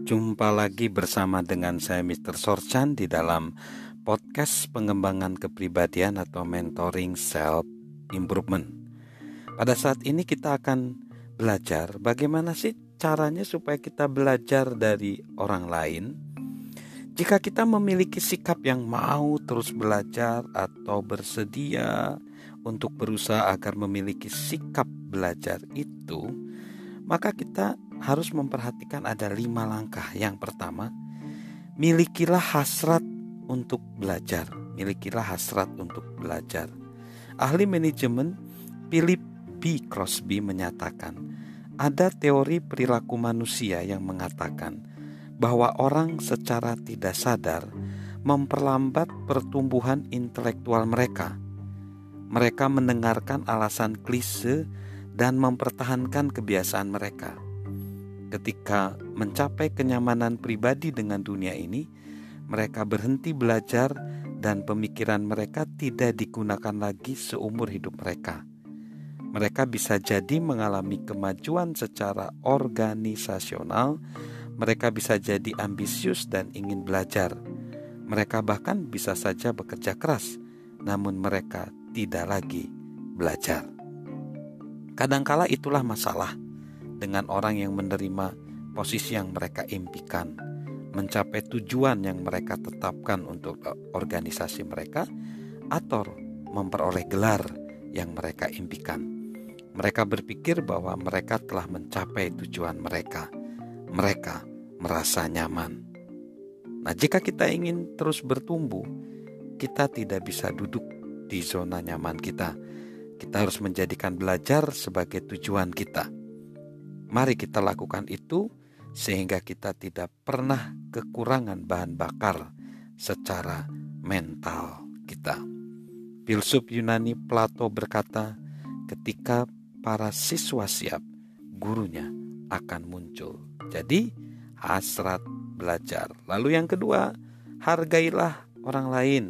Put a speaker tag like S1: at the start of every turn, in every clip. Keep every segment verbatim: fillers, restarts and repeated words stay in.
S1: Jumpa lagi bersama dengan saya mister Sorchan di dalam podcast pengembangan kepribadian atau mentoring self improvement. Pada saat ini kita akan belajar bagaimana sih caranya supaya kita belajar dari orang lain. Jika kita memiliki sikap yang mau terus belajar atau bersedia untuk berusaha agar memiliki sikap belajar itu, maka kita harus memperhatikan ada lima langkah. Yang pertama, milikilah hasrat untuk belajar. Milikilah hasrat untuk belajar. Ahli manajemen Philip B. Crosby menyatakan, ada teori perilaku manusia yang mengatakan bahwa orang secara tidak sadar memperlambat pertumbuhan intelektual mereka. Mereka mendengarkan alasan klise dan mempertahankan kebiasaan mereka. Ketika mencapai kenyamanan pribadi dengan dunia ini, mereka berhenti belajar dan pemikiran mereka tidak digunakan lagi seumur hidup mereka. Mereka bisa jadi mengalami kemajuan secara organisasional, mereka bisa jadi ambisius dan ingin belajar. Mereka bahkan bisa saja bekerja keras, namun mereka tidak lagi belajar. Kadangkala itulah masalah dengan orang yang menerima posisi yang mereka impikan, mencapai tujuan yang mereka tetapkan untuk organisasi mereka, atau memperoleh gelar yang mereka impikan. Mereka berpikir bahwa mereka telah mencapai tujuan mereka. Mereka merasa nyaman. Nah, jika kita ingin terus bertumbuh, kita tidak bisa duduk di zona nyaman kita. Kita harus menjadikan belajar sebagai tujuan kita. Mari kita lakukan itu sehingga kita tidak pernah kekurangan bahan bakar secara mental kita. Filsuf Yunani Plato berkata, ketika para siswa siap, gurunya akan muncul. Jadi, hasrat belajar. Lalu yang kedua, hargailah orang lain.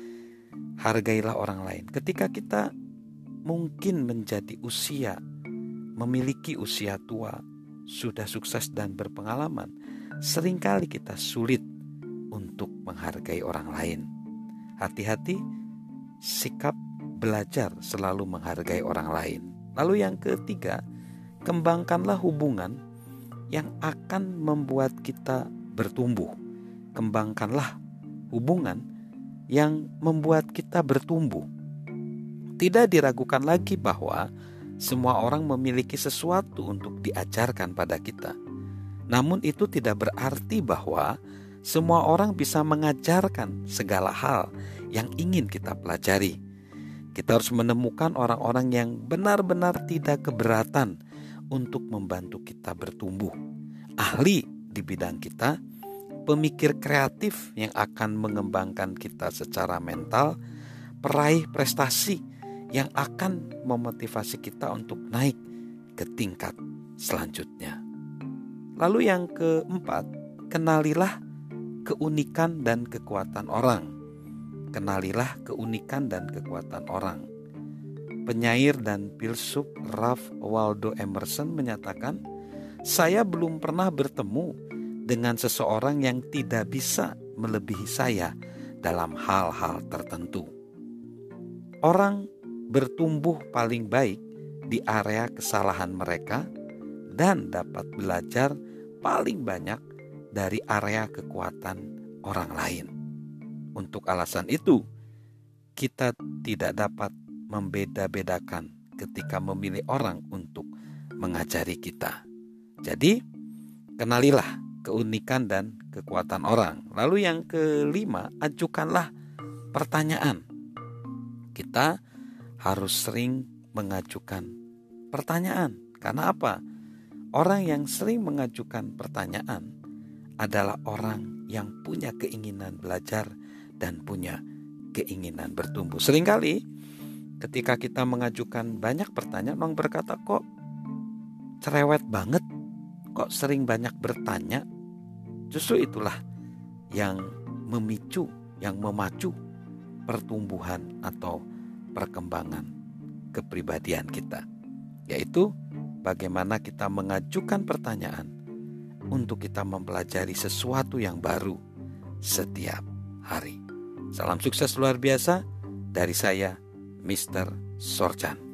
S1: Hargailah orang lain. Ketika kita mungkin menjadi usia memiliki usia tua, sudah sukses dan berpengalaman, seringkali kita sulit untuk menghargai orang lain. Hati-hati, sikap belajar selalu menghargai orang lain. Lalu yang ketiga, kembangkanlah hubungan yang akan membuat kita bertumbuh. Kembangkanlah hubungan yang membuat kita bertumbuh. Tidak diragukan lagi bahwa semua orang memiliki sesuatu untuk diajarkan pada kita. Namun itu tidak berarti bahwa semua orang bisa mengajarkan segala hal yang ingin kita pelajari. Kita harus menemukan orang-orang yang benar-benar tidak keberatan untuk membantu kita bertumbuh. Ahli di bidang kita, pemikir kreatif yang akan mengembangkan kita secara mental, peraih prestasi yang akan memotivasi kita untuk naik ke tingkat selanjutnya. Lalu yang keempat, kenalilah keunikan dan kekuatan orang. Kenalilah keunikan dan kekuatan orang. Penyair dan filsuf Ralph Waldo Emerson menyatakan, saya belum pernah bertemu dengan seseorang yang tidak bisa melebihi saya dalam hal-hal tertentu. Orang bertumbuh paling baik di area kesalahan mereka dan dapat belajar paling banyak dari area kekuatan orang lain. Untuk alasan itu, kita tidak dapat membeda-bedakan ketika memilih orang untuk mengajari kita. Jadi, kenalilah keunikan dan kekuatan orang. Lalu yang kelima, ajukanlah pertanyaan. Kita harus sering mengajukan pertanyaan. Karena apa? Orang yang sering mengajukan pertanyaan adalah orang yang punya keinginan belajar dan punya keinginan bertumbuh. Seringkali ketika kita mengajukan banyak pertanyaan, orang berkata, kok cerewet banget, kok sering banyak bertanya. Justru itulah yang memicu, yang memacu pertumbuhan atau perkembangan kepribadian kita, yaitu bagaimana kita mengajukan pertanyaan untuk kita mempelajari sesuatu yang baru setiap hari. Salam sukses luar biasa dari saya, mister Sorchan.